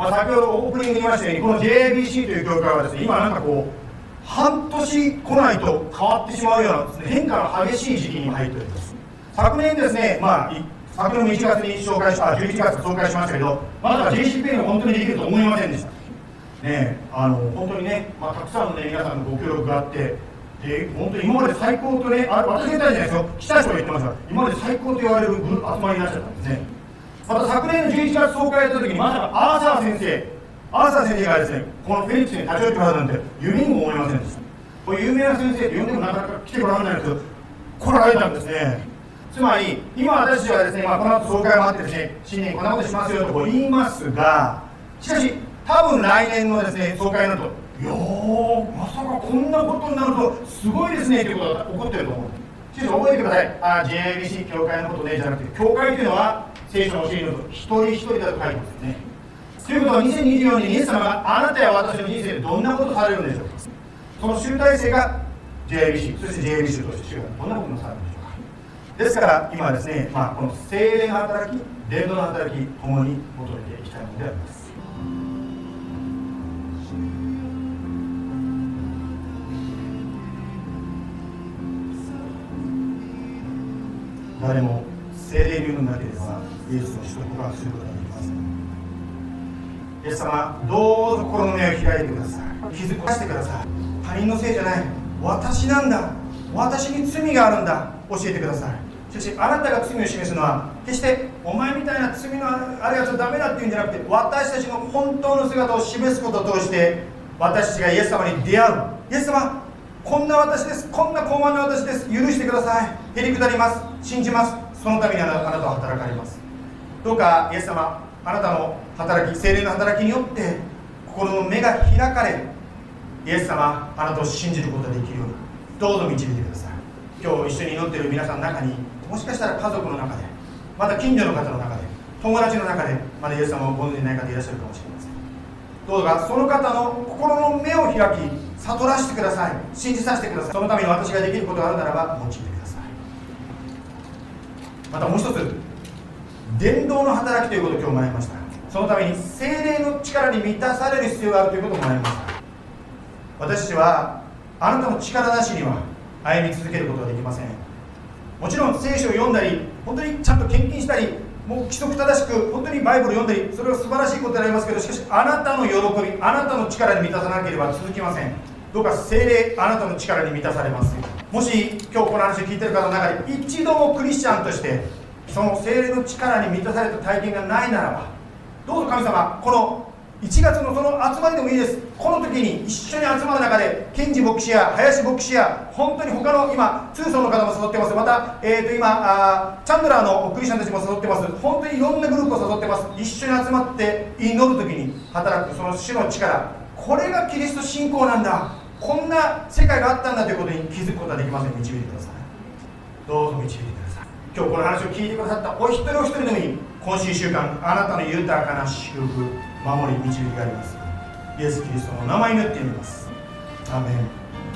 まあ、先ほどオープニングに言いましたように、この ジェイエービーシー という教会はですね、今なんかこう半年来ないと変わってしまうようなですね、変化の激しい時期に入っております。昨年ですね、まあ昨年のいちがつに紹介した、じゅういちがつ紹介しましたけど、まだ ジェイシーピー が本当にできると思いませんでした。ね、あの本当にね、まあ、たくさんの、ね、皆さんのご協力があって、で本当に今まで最高とね、あ私が言ったんじゃないですよ、来た人が言ってますが、今まで最高と言われる集まりになっちゃったんですね。また昨年のじゅういちがつ総会やった時に、まさかアーサー先生、アーサー先生がですね、このフェニックスに立ち寄ってくださるなんて、夢にも思いませんでした。これ有名な先生って呼んでもなかなか来てこられないんですけど、来られたんですね。つまり、今私たちはですね、まあ、この後総会もあってですね、新年こんなことしますよとこう言いますが、しかし、多分来年のですね、総会になると、いやー、まさかこんなことになると、すごいですねということが起こっていると思う。しかし覚えてください。あ、ジェイエービーシー 教会のことねじゃなくて、教会というのは、聖書の教えによると、一人一人だと書いてますよね。 ということはにせんにじゅうよねんにイエス様があなたや私の人生でどんなことをされるんでしょうか。その集大成が ジェイアイビーシー、そして ジェイアイビーシー として主がどんなことをされるんでしょうか。ですから今はですね、まあ、この聖霊の働き、伝道の働きともに求めていきたいのであります。誰も聖霊によるなければイエスの人を告白することができません。イエス様、どうぞ心の目を開いてください。気づかせてください。他人のせいじゃない、私なんだ、私に罪があるんだ、教えてください。しかしあなたが罪を示すのは決してお前みたいな罪のあるやつはダメだっていうんじゃなくて、私たちの本当の姿を示すことを通して私たちがイエス様に出会う。イエス様、こんな私です、こんな高慢な私です、許してください、へりくだります、信じます。そのためにあなたは働かれます。どうかイエス様、あなたの働き、聖霊の働きによって心の目が開かれ、イエス様、あなたを信じることができるようにどうぞ導いてください。今日一緒に祈っている皆さんの中に、もしかしたら家族の中で、また近所の方の中で、友達の中でまだイエス様をご存じない方いらっしゃるかもしれません。どうかその方の心の目を開き、悟らせてください、信じさせてください。そのために私ができることがあるならば用いてください。またもう一つ、伝道の働きということを今日学びました。そのために聖霊の力に満たされる必要があるということを学びました。私たちはあなたの力なしには歩み続けることができません。もちろん聖書を読んだり、本当にちゃんと献金したり、もう規則正しく本当にバイブルを読んだり、それは素晴らしいことでありますけど、しかしあなたの喜び、あなたの力に満たさなければ続きません。どうか聖霊、あなたの力に満たされます。もし今日この話を聞いている方の中で一度もクリスチャンとしてその聖霊の力に満たされた体験がないならば、どうぞ神様、このいちがつのその集まりでもいいです。この時に一緒に集まる中で、ケンジ牧師や林牧師や本当に他の今通奏の方も誘ってます。また、えー、と今あチャンドラーのクリスチャンたちも誘ってます。本当にいろんなグループを誘ってます。一緒に集まって祈る時に働くその主の力、これがキリスト信仰なんだ、こんな世界があったんだということに気づくことはできません。導いてください。どうぞ導いてください。今日この話を聞いてくださったお一人お一人のみ、今週いっしゅうかんあなたの豊かな祝福、守り、導きがあります。イエス・キリストの名前によって祈ります。アーメン。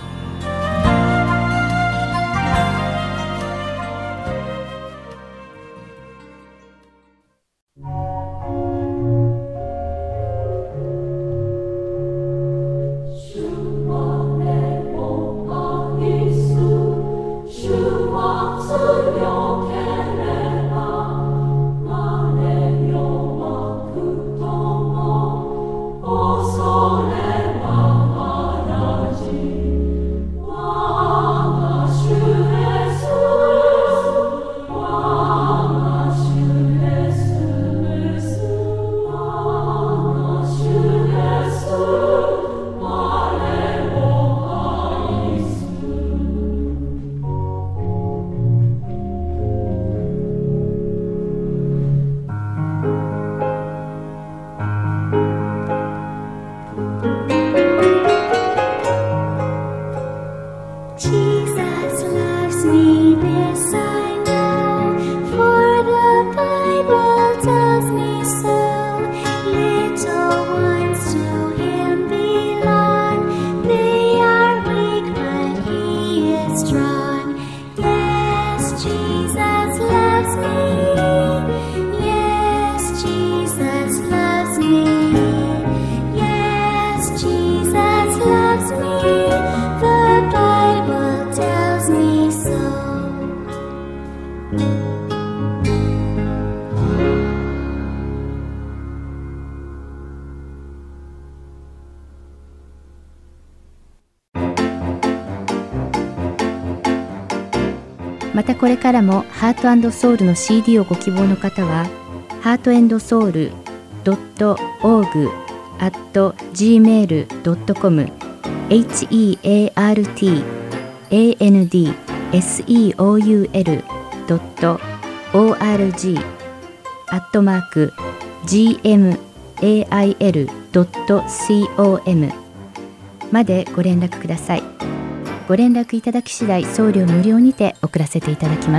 またこれからもハート&ソウルの シーディー をご希望の方は、ハート&ソウル ドット オーグ アット ジーメール ドット コム エイチ イー エー アール ティー エー エヌ ディー エス イー オー ユー エル ドット オー アール ジー アットマーク ジーエム エー アイ エル ドット コム までご連絡ください。ご連絡いただき次第、送料無料にて送らせていただきます。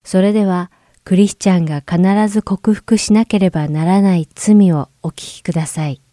それでは、クリスチャンが必ず克服しなければならない罪をお聞きください。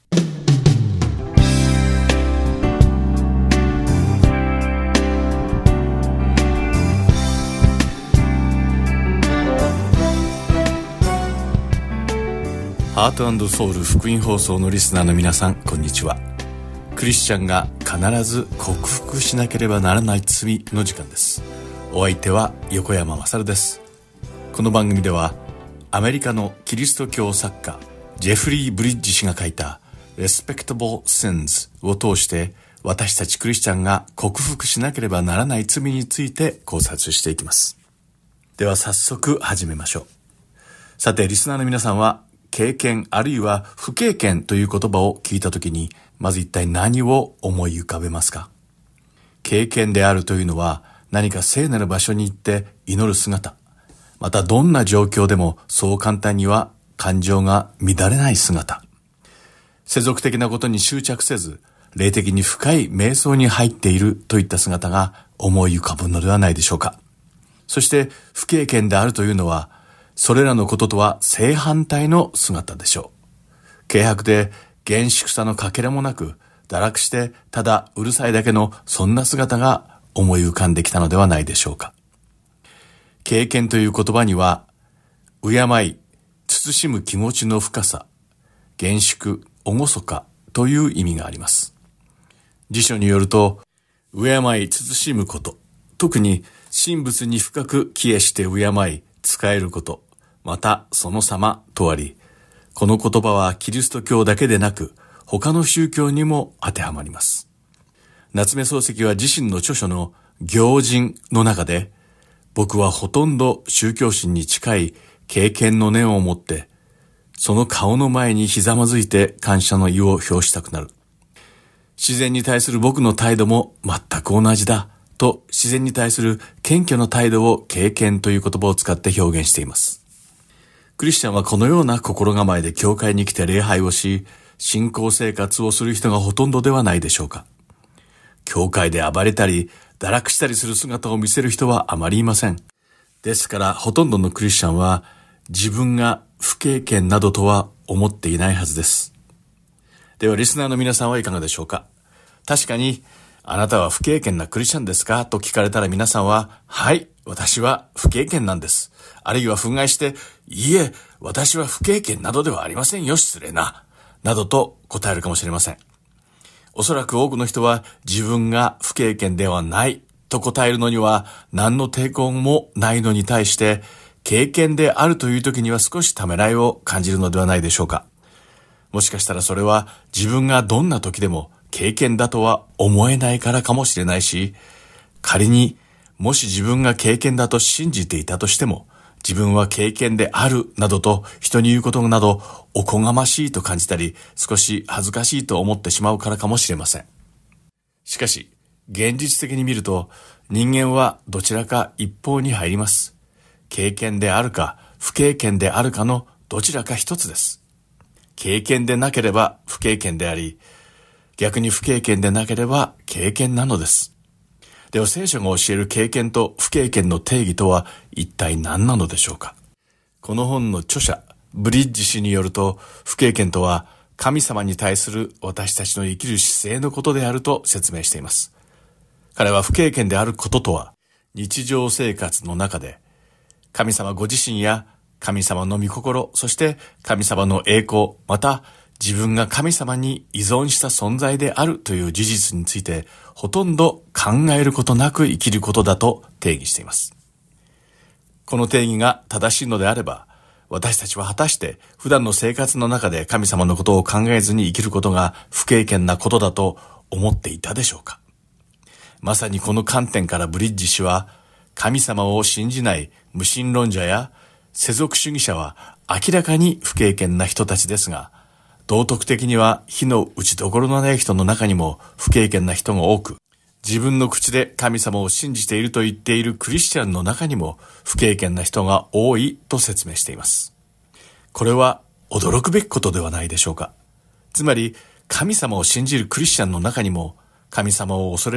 ハート&ソウル福音放送のリスナーの皆さん、こんにちは。クリスチャンが必ず克服しなければならない罪の時間です。お相手は横山まさるです。この番組ではアメリカのキリスト教作家ジェフリー・ブリッジ氏が書いた Respectable Sins を通して私たちクリスチャンが克服しなければならない罪について考察していきます。では早速始めましょう。さて、リスナーの皆さんは経験あるいは不経験という言葉を聞いたときに、まず一体何を思い浮かべますか？経験であるというのは何か聖なる場所に行って祈る姿、またどんな状況でもそう簡単には感情が乱れない姿、世俗的なことに執着せず霊的に深い瞑想に入っているといった姿が思い浮かぶのではないでしょうか。そして不経験であるというのはそれらのこととは正反対の姿でしょう。軽薄で厳粛さのかけらもなく、堕落してただうるさいだけのそんな姿が思い浮かんできたのではないでしょうか。経験という言葉には、敬い、慎む気持ちの深さ、厳粛、厳かという意味があります。辞書によると、敬い、慎むこと、特に神仏に深く帰依して敬い、仕えること、またその様とあり、この言葉はキリスト教だけでなく他の宗教にも当てはまります。夏目漱石は自身の著書の行人の中で、僕はほとんど宗教心に近い経験の念を持って、その顔の前にひざまずいて感謝の意を表したくなる。自然に対する僕の態度も全く同じだと、自然に対する謙虚な態度を経験という言葉を使って表現しています。クリスチャンはこのような心構えで教会に来て礼拝をし、信仰生活をする人がほとんどではないでしょうか。教会で暴れたり、堕落したりする姿を見せる人はあまりいません。ですから、ほとんどのクリスチャンは、自分が不経験などとは思っていないはずです。では、リスナーの皆さんはいかがでしょうか。確かに、あなたは不経験なクリスチャンですかと聞かれたら皆さんは、はい、私は不経験なんです。あるいは憤慨して、いいえ、私は不経験などではありませんよ、失礼な。などと答えるかもしれません。おそらく多くの人は自分が不経験ではないと答えるのには何の抵抗もないのに対して、経験であるという時には少しためらいを感じるのではないでしょうか。もしかしたらそれは自分がどんな時でも経験だとは思えないからかもしれないし、仮にもし自分が経験だと信じていたとしても、自分は経験であるなどと人に言うことなどおこがましいと感じたり、少し恥ずかしいと思ってしまうからかもしれません。しかし、現実的に見ると人間はどちらか一方に入ります。経験であるか不経験であるかのどちらか一つです。経験でなければ不経験であり、逆に不経験でなければ経験なのです。では聖書が教える経験と不経験の定義とは一体何なのでしょうか。この本の著者、ブリッジ氏によると、不経験とは神様に対する私たちの生きる姿勢のことであると説明しています。彼は不経験であることとは、日常生活の中で、神様ご自身や神様の御心、そして神様の栄光、また自分が神様に依存した存在であるという事実についてほとんど考えることなく生きることだと定義しています。この定義が正しいのであれば、私たちは果たして普段の生活の中で神様のことを考えずに生きることが不経験なことだと思っていたでしょうか。まさにこの観点からブリッジ氏は、神様を信じない無神論者や世俗主義者は明らかに不経験な人たちですが、道徳的には火の打ちどころのない人の中にも不経験な人が多く、自分の口で神様を信じていると言っているクリスチャンの中にも不経験な人が多いと説明しています。これは驚くべきことではないでしょうか。つまり神様を信じるクリスチャンの中にも神様を恐れず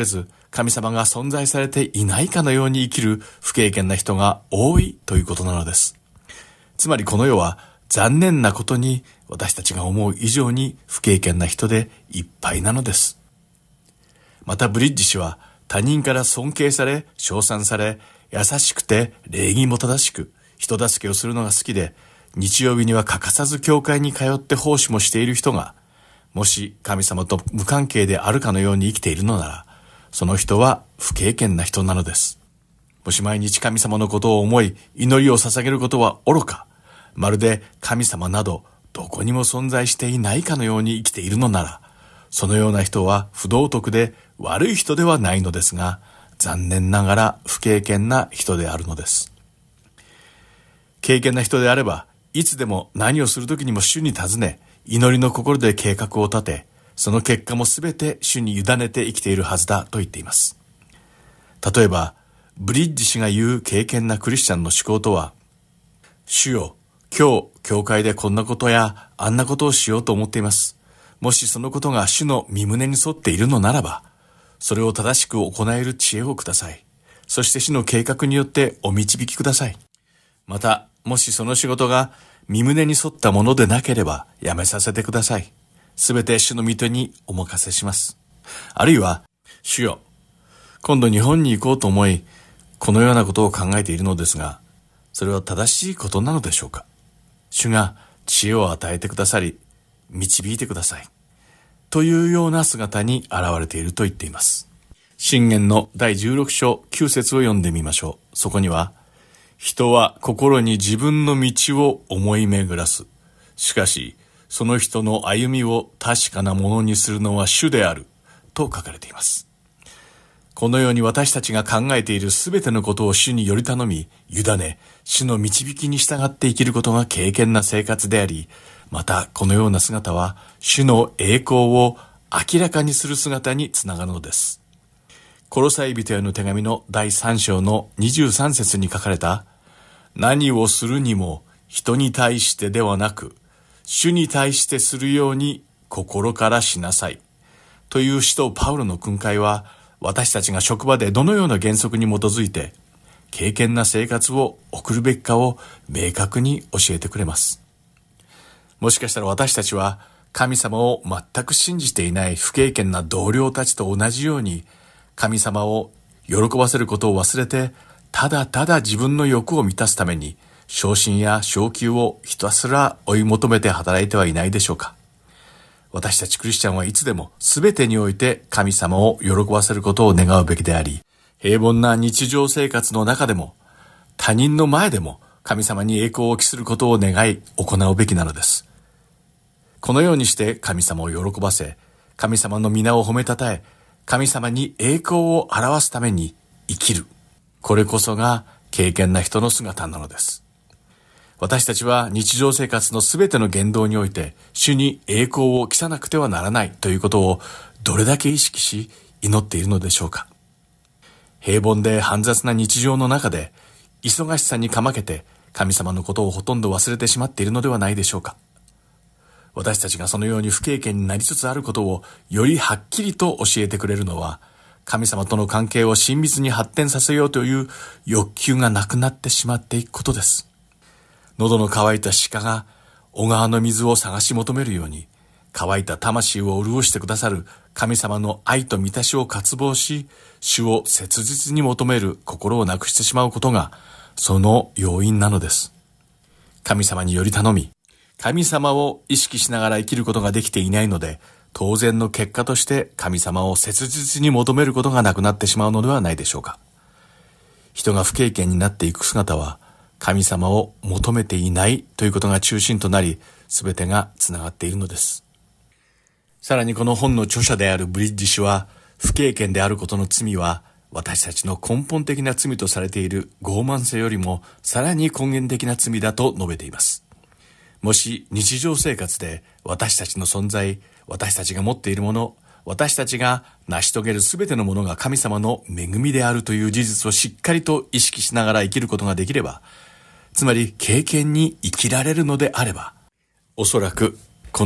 神様が存在されていないかのように生きる不経験な人が多いということなのです。つまりこの世は残念なことに私たちが思う以上に不経験な人でいっぱいなのです。またブリッジ氏は他人から尊敬され、称賛され、優しくて礼儀も正しく、人助けをするのが好きで、日曜日には欠かさず教会に通って奉仕もしている人が、もし神様と無関係であるかのように生きているのなら、その人は不経験な人なのです。もし毎日神様のことを思い、祈りを捧げることは愚か、まるで神様などどこにも存在していないかのように生きているのなら、そのような人は不道徳で悪い人ではないのですが、残念ながら不経験な人であるのです。経験な人であれば、いつでも何をするときにも主に尋ね、祈りの心で計画を立て、その結果もすべて主に委ねて生きているはずだと言っています。例えば、ブリッジ氏が言う経験なクリスチャンの思考とは、主よ、今日、教会でこんなことやあんなことをしようと思っています。もしそのことが主の御胸に沿っているのならば、それを正しく行える知恵をください。そして主の計画によってお導きください。また、もしその仕事が御胸に沿ったものでなければやめさせてください。すべて主の御手にお任せします。あるいは、主よ、今度日本に行こうと思い、このようなことを考えているのですが、それは正しいことなのでしょうか。主が知恵を与えてくださり、導いてください。というような姿に現れていると言っています。箴言のだいじゅうろく章きゅう節を読んでみましょう。そこには、人は心に自分の道を思い巡らす。しかし、その人の歩みを確かなものにするのは主である。と書かれています。このように私たちが考えているすべてのことを主により頼み、委ね、主の導きに従って生きることが敬虔な生活であり、またこのような姿は主の栄光を明らかにする姿につながるのです。コロサイ人への手紙のだいさん章のにじゅうさん節に書かれた、何をするにも人に対してではなく、主に対してするように心からしなさい。という使徒パウロの訓戒は、私たちが職場でどのような原則に基づいて、敬虔な生活を送るべきかを明確に教えてくれます。もしかしたら私たちは神様を全く信じていない不経験な同僚たちと同じように、神様を喜ばせることを忘れて、ただただ自分の欲を満たすために、昇進や昇給をひたすら追い求めて働いてはいないでしょうか。私たちクリスチャンはいつでも全てにおいて神様を喜ばせることを願うべきであり、平凡な日常生活の中でも、他人の前でも神様に栄光を期することを願い行うべきなのです。このようにして神様を喜ばせ、神様の皆を褒めたたえ、神様に栄光を表すために生きる。これこそが敬虔な人の姿なのです。私たちは日常生活のすべての言動において主に栄光を期さなくてはならないということをどれだけ意識し祈っているのでしょうか。平凡で煩雑な日常の中で忙しさにかまけて神様のことをほとんど忘れてしまっているのではないでしょうか。私たちがそのように不経験になりつつあることをよりはっきりと教えてくれるのは、神様との関係を親密に発展させようという欲求がなくなってしまっていくことです。喉の渇いた鹿が小川の水を探し求めるように、乾いた魂を潤してくださる神様の愛と満たしを渇望し、主を切実に求める心をなくしてしまうことがその要因なのです。神様により頼み、神様を意識しながら生きることができていないので、当然の結果として神様を切実に求めることがなくなってしまうのではないでしょうか。人が不経験になっていく姿は、神様を求めていないということが中心となり、すべてがつながっているのです。さらにこの本の著者であるブリッジ氏は、不経験であることの罪は、私たちの根本的な罪とされている傲慢性よりも、さらに根源的な罪だと述べています。もし日常生活で私たちの存在、私たちが持っているもの、私たちが成し遂げるすべてのものが神様の恵みであるという事実をしっかりと意識しながら生きることができれば、つまり経験に生きられるのであれば、おそらくこの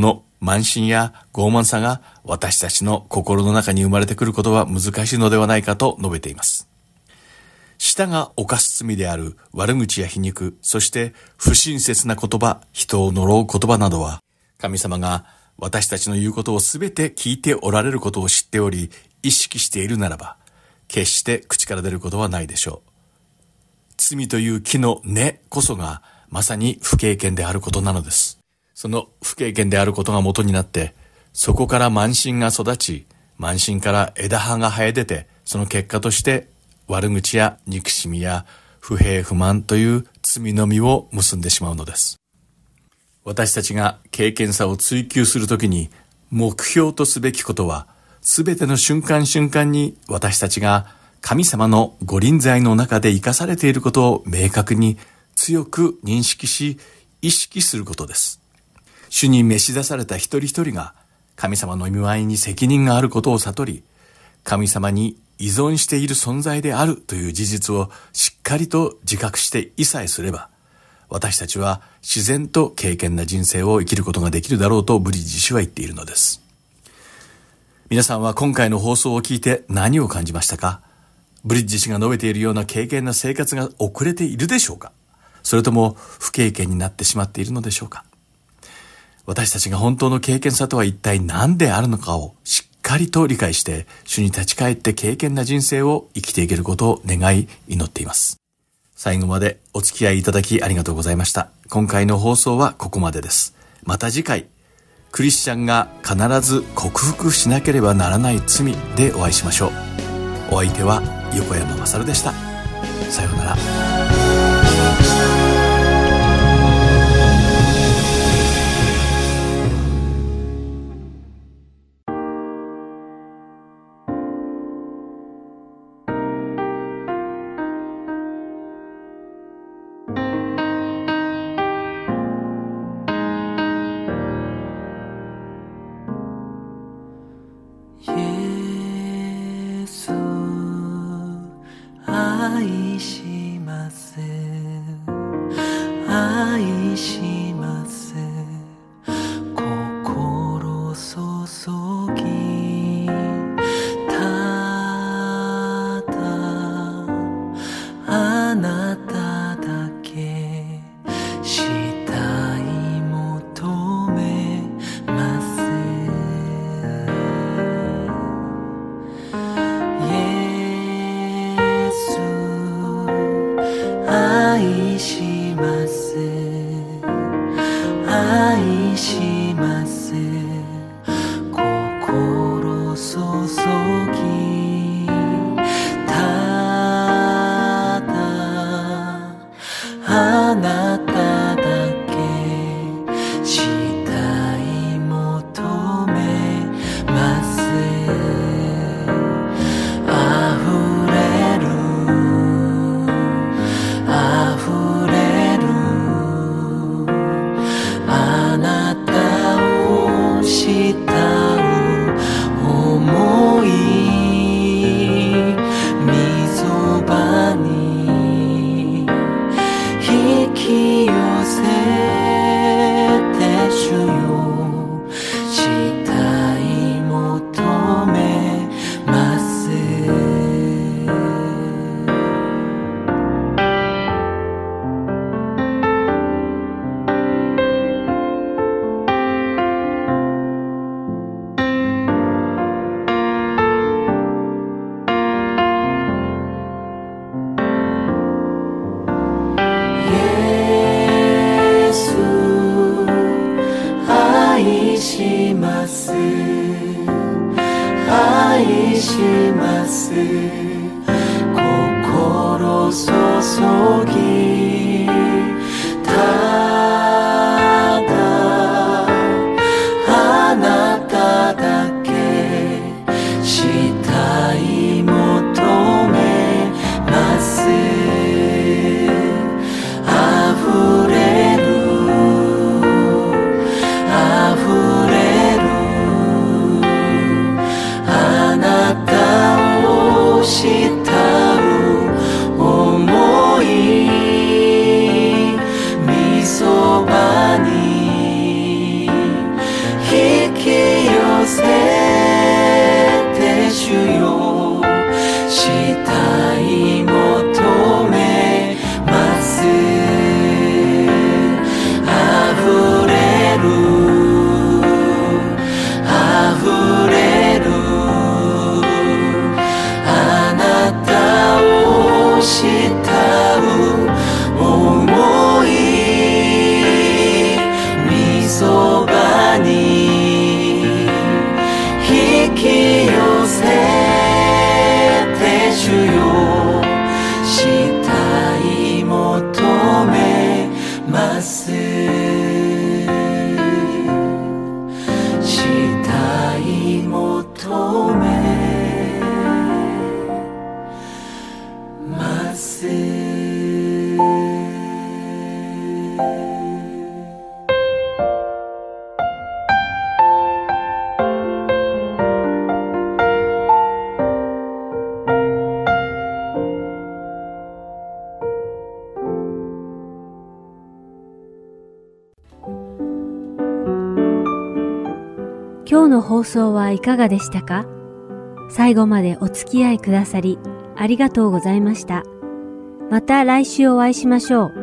慢心や傲慢さが私たちの心の中に生まれてくることは難しいのではないかと述べています。舌が犯す罪である悪口や皮肉、そして不親切な言葉、人を呪う言葉などは、神様が私たちの言うことをすべて聞いておられることを知っており、意識しているならば、決して口から出ることはないでしょう。罪という木の根こそが、まさに不敬虔であることなのです。その不敬虔であることが元になって、そこから慢心が育ち、慢心から枝葉が生え出て、その結果として悪口や憎しみや不平不満という罪の実を結んでしまうのです。私たちが敬虔さを追求するときに目標とすべきことは、すべての瞬間瞬間に私たちが神様のご臨在の中で生かされていることを明確に強く認識し、意識することです。主に召し出された一人一人が神様の御前に責任があることを悟り、神様に依存している存在であるという事実をしっかりと自覚していさえすれば、私たちは自然と敬虔な人生を生きることができるだろうとブリッジ氏は言っているのです。皆さんは今回の放送を聞いて何を感じましたか？ブリッジ氏が述べているような敬虔な生活が遅れているでしょうか？それとも不敬虔になってしまっているのでしょうか？私たちが本当の敬虔さとは一体何であるのかをしっかりと理解して、主に立ち返って敬虔な人生を生きていけることを願い祈っています。最後までお付き合いいただきありがとうございました。今回の放送はここまでです。また次回、クリスチャンが必ず克服しなければならない罪でお会いしましょう。お相手は横山まさるでした。さようなら。 慕う思今日の放送はいかがでしたか？最後までお付き合いくださりありがとうございました。また来週お会いしましょう。